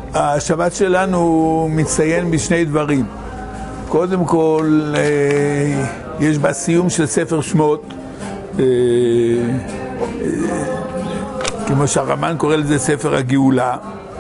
השבת שלנו מציין בשני דברים. קודם כל, יש בה סיום של ספר שמות, כמו שהרמב"ן קורא לזה ספר הגאולה,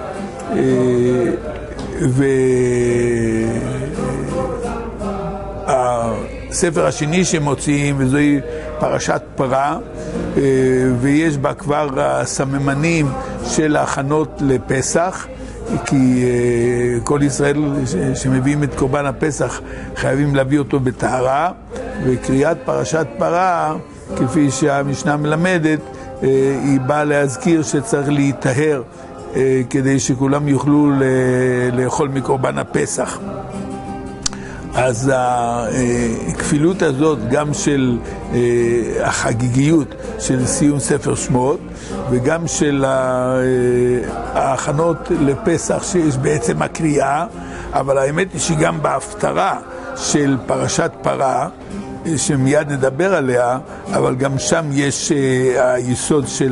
והספר השני שמוציאים, וזוהי פרשת פרה, ויש בה כבר הסממנים של ההכנות לפסח, כי כל ישראל שמביאים את קורבן הפסח חייבים להביא אותו בטהרה, וקריאת פרשת פרה, כפי שהמשנה מלמדת, היא באה להזכיר שצריך להיטהר כדי שכולם יוכלו לאכול מקורבן הפסח. אז הכפילות הזאת גם של החגיגיות של סיום ספר שמות, וגם של ההכנות לפסח שיש בעצם הקריאה, אבל האמת היא שגם בהפטרה של פרשת פרה, שמיד נדבר עליה, אבל גם שם יש היסוד של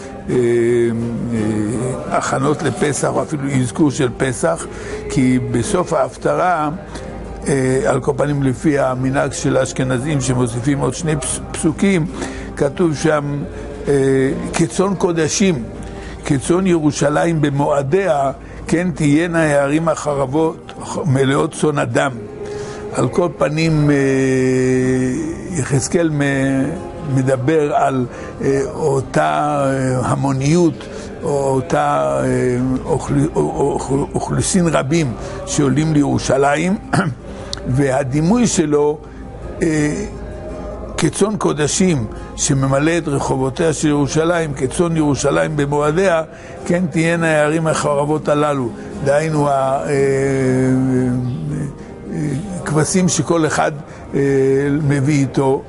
ההכנות לפסח, או אפילו אזכור של פסח, כי בסוף ההפטרה, על כל פנים לפי המנהג של האשכנזים שמוסיפים עוד שני פסוקים, כתוב שם כצאן קודשים, כצאן ירושלים במועדיה, כן תהיינה הערים החרבות מלאות צאן אדם. על כל פנים יחזקאל מדבר על אותה המוניות, או אותה אוכלוסין רבים שעולים לירושלים, והדימוי שלו כצאן קודשים שממלא את רחובותיה של ירושלים, כצאן ירושלים במועדיה, כן תהיינה הערים החרבות הללו. דהיינו כבשים שכל אחד מביא איתו.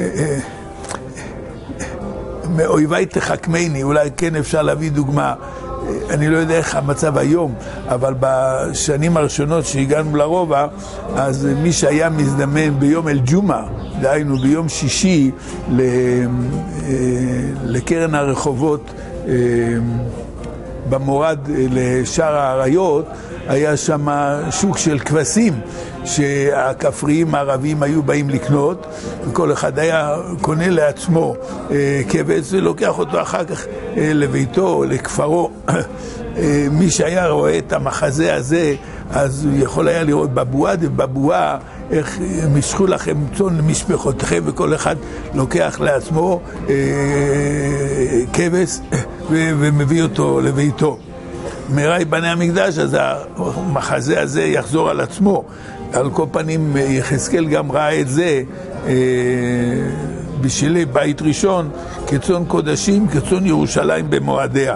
מאויבי תחכמני, אולי כן אפשר להביא דוגמה. אני לא יודע איך המצב היום, אבל בשנים הראשונות שהגענו לרובע, אז מי שהיה מזדמן ביום אל-ג'ומעה, דהיינו ביום שישי, לקרן הרחובות במורד לשער העריות, היה שם שוק של כבשים שהכפריים הערבים היו באים לקנות, וכל אחד היה קונה לעצמו כבש ולוקח אותו אחר כך לביתו או לכפרו. מי שהיה רואה את המחזה הזה, אז הוא יכול היה לראות בבועה איך משכו לכם צאן למשפחותיכם, וכל אחד לוקח לעצמו כבש ומביא אותו לביתו. מראי בני המקדש, אז המחזה הזה יחזור על עצמו. על כל פנים יחזקאל גם ראה את זה בשלהי בית ראשון, כצאן קודשים, כצאן ירושלים במועדיה.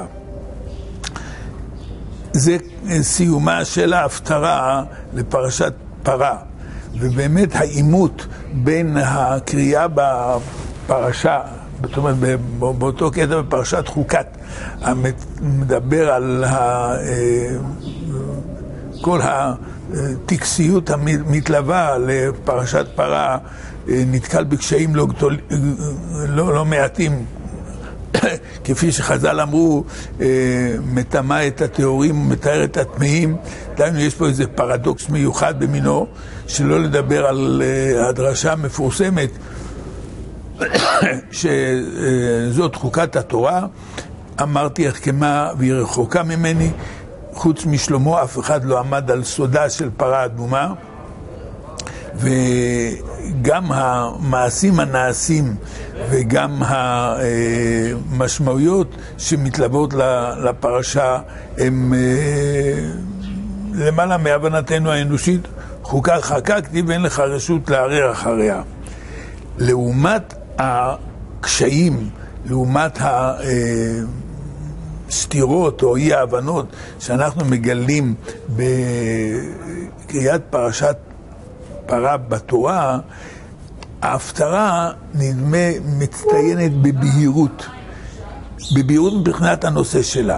זה סיומה של ההפטרה לפרשת פרה, ובאמת העימות בין הקריאה בפרשה, זאת אומרת באותו קטע בפרשת חוקת, מדבר על כל הטקסיות המתלווה לפרשת פרה, נתקל בקשיים לא מעטים, כפי שחז"ל אמרו, מטמא את הטהורים ומתאר את הטמאים. דהיינו יש פה איזה פרדוקס מיוחד במינו, שלא לדבר על הדרשה המפורסמת שזאת חוקת התורה, אמרתי החכמה והיא רחוקה ממני, חוץ משלמה אף אחד לא עמד על סודה של פרה אדומה. וגם המעשים הנעשים וגם המשמעויות שמתלוות לפרשה הם למעלה מהבנתנו האנושית. חוקה חקקתי ואין לך רשות לערער אחריה. לעומת הקשיים, לעומת הסתירות או אי ההבנות שאנחנו מגלים בקריאת פרשת פרה בתורה, ההפטרה נדמה מצטיינת בבהירות מבחינת הנושא שלה.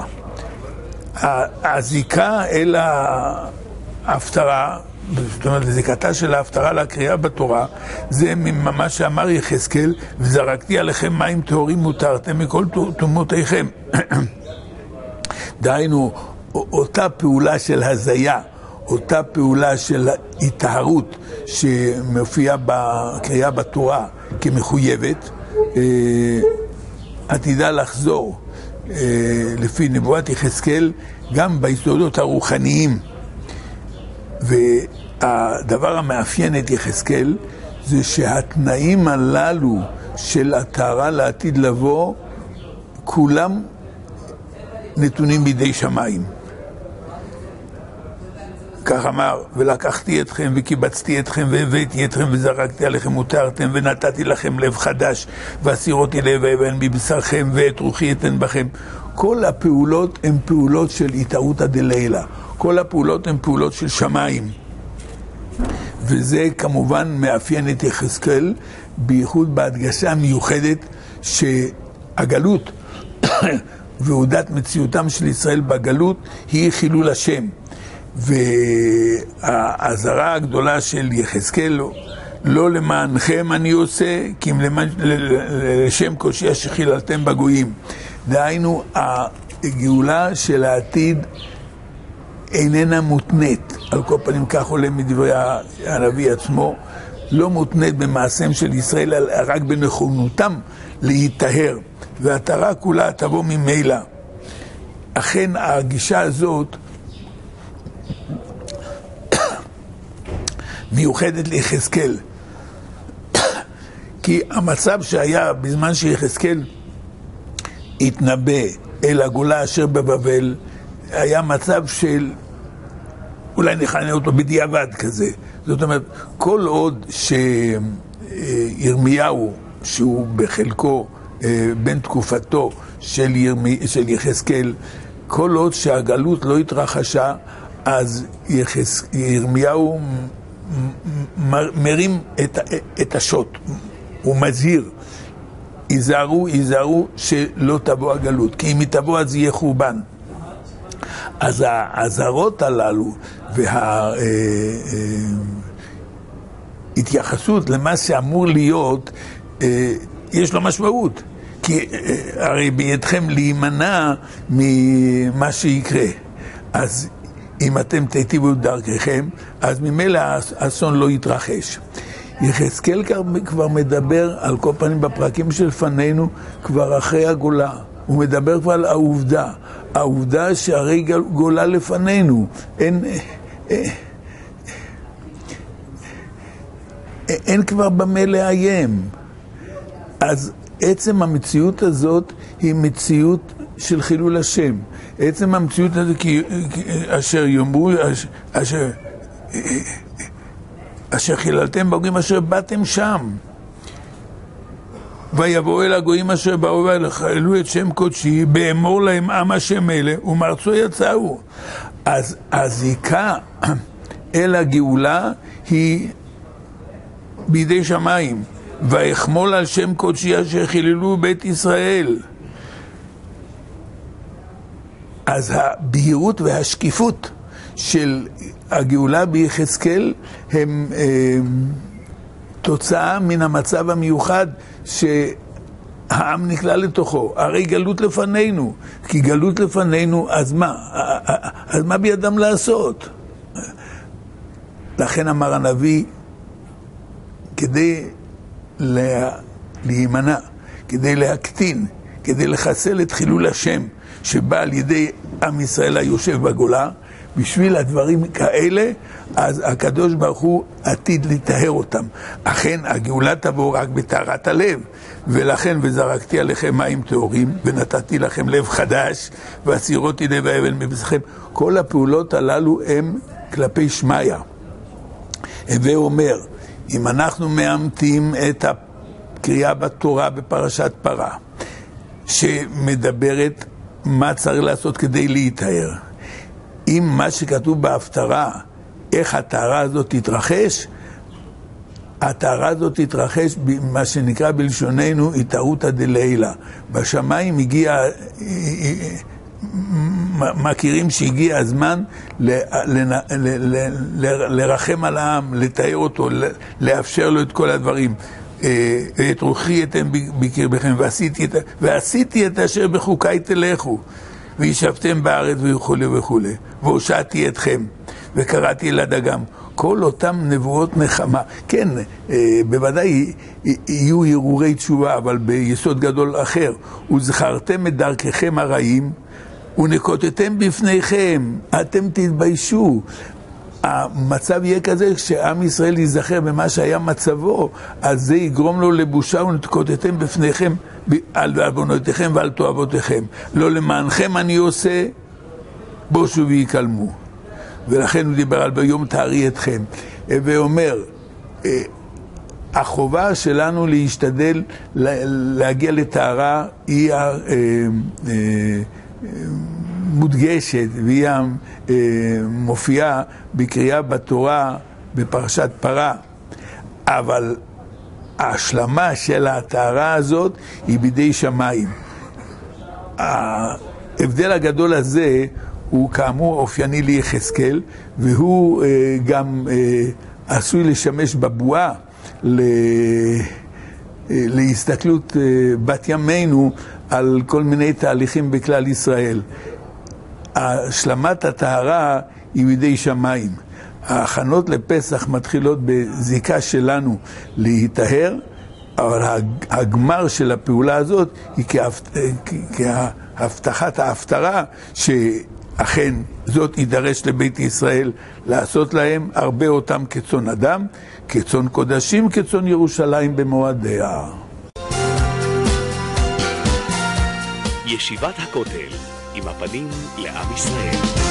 הזיקה אל ההפטרה, זאת אומרת, זיקתה של ההפטרה לקריאה בתורה, זה ממה שאמר יחזקאל, וזרקתי עליכם מים טהורים ותרתם מכל תומותיכם. דהיינו, אותה פעולה של הזיה, אותה פעולה של התארות שמופיעה בקריאה בתורה כמחויבת, עתידה לחזור לפי נבואת יחזקאל גם ביסודות הרוחניים. והדבר המאפיין את יחזקאל זה שהתנאים הללו של הטהרה לעתיד לבוא כולם נתונים בידי שמיים. כך אמר, ולקחתי אתכם וקיבצתי אתכם והבאתי אתכם וזרקתי עליכם ותרתם ונתתי לכם לב חדש והסירותי לב אבן מבשרכם ואת רוחי אתן בכם. כל הפעולות הן פעולות של התערותא דלילה, כל הפעולות הן פעולות של שמיים, וזה כמובן מאפיין את יחזקאל, בייחוד בהדגשה מיוחדת שהגלות ועודת מציאותם של ישראל בגלות היא חילול השם. והאזהרה הגדולה של יחזקאל, לא למענכם אני עושה, כי אם לשם קודשי אשר חיללתם בגויים. דהיינו, הגאולה של העתיד איננה מותנית, על כל פנים כך עולה מדברי הנביא עצמו, לא מותנית במעשיהם של ישראל, אלא רק בנכונותם להיטהר, והטהרה כולה תבוא ממילא. אכן הגישה הזאת מיוחדת ליחזקאל, כי המצב שהיה בזמן שיחזקאל התנבא אל הגולה אשר בבבל היה מצב של, אולי נכנה אותו בדיעבד כזה. זאת אומרת, כל עוד שירמיהו, שהוא בחלקו בין תקופתו של יחזקאל, כל עוד שהגלות לא התרחשה, אז ירמיהו מרים את השוט, הוא מזהיר, ייזהרו שלא תבוא הגלות, כי אם היא תבוא אז יהיה חורבן. אז האזהרות הללו וההתייחסות למה שאמור להיות, יש לו משמעות, כי הרי בידכם להימנע ממה שיקרה. אז אם אתם תיטיבו את דרככם, אז ממילא האסון לא יתרחש. יחזקאל כבר מדבר, על כל פנים בפרקים שלפנינו, כבר אחרי הגולה. הוא מדבר כבר על העובדה שהרי גולה לפנינו. אין כבר במה לאיים. אז עצם המציאות הזאת היא מציאות של חילול השם. עצם המציאות הזאת, אשר יאמרו, אשר חיללתם בגויים אשר באתם שם, ויבואו אל הגויים אשר באו ויחללו את שם קודשי, באמור להם עם השם אלה ומארצו יצאו. אז הזיקה אל הגאולה היא בידי שמיים. ויחמול על שם קודשי אשר חיללו בית ישראל. אז הבהירות והשקיפות של הגאולה ביחזקאל הם תוצאה מן המצב המיוחד שהעם נקלע לתוכו. הרי גלות לפנינו, כי גלות לפנינו, אז מה? אז מה בידם לעשות? לכן אמר הנביא, כדי להימנע, כדי להקטין, כדי לחסל את חילול השם שבא על ידי עם ישראל היושב בגולה, בשביל הדברים כאלה, אז הקדוש ברוך הוא עתיד לטהר אותם. אכן, הגאולה תבוא רק בטהרת הלב, ולכן וזרקתי עליכם מים טהורים, ונתתי לכם לב חדש, והסירותי לב האבן מבשרכם. כל הפעולות הללו הם כלפי שמיה. הווה אומר, אם אנחנו מאמתים את הקריאה בתורה בפרשת פרה, שמדברת מה צריך לעשות כדי להיטהר, אם מה שכתוב בהפטרה, איך הטהרה הזאת תתרחש, הטהרה הזאת תתרחש במה שנקרא בלשוננו התערותא דלילה. בשמיים הגיע, מכירים שהגיע הזמן לרחם על העם, לתאר אותו, לאפשר לו את כל הדברים. את רוחי אתן בקרבכם ועשיתי את אשר בחוקיי תלכו. וישבתם בארץ וכו' וכו'. והושעתי אתכם, וקראתי לדגם. כל אותם נבואות נחמה. כן, בוודאי יהיו הרהורי תשובה, אבל ביסוד גדול אחר. וזכרתם את דרככם הרעים, ונקוטתם בפניכם, אתם תתביישו. המצב יהיה כזה שעם ישראל ייזכר במה שהיה מצבו, אז זה יגרום לו לבושה, ונקוטתם בפניכם על עוונותיכם ועל תועבותיכם. לא למענכם אני עושה, בושו ויקלמו. ולכן הוא דיבר על ביום תארי אתכם, ואומר, החובה שלנו להשתדל להגיע לטהרה היא מודגשת, והיא מופיעה בקריאה בתורה בפרשת פרה, אבל ההשלמה של הטהרה הזאת היא בידי שמיים. ההבדל הגדול הזה הוא כאמור אופייני ליחזקאל, והוא גם עשוי לשמש בבואה להסתכלות בת ימינו על כל מיני תהליכים בכלל ישראל. השלמת הטהרה היא בידי שמיים. ההכנות לפסח מתחילות בזיקה שלנו להיטהר, אבל הגמר של הפעולה הזאת היא כהבטחת ההפטרה שאכן זאת יידרש לבית ישראל לעשות להם, הרבה אותם כצאן אדם, כצאן קודשים, כצאן ירושלים במועדיה. ישיבת הכותל, עם הפנים לעם ישראל.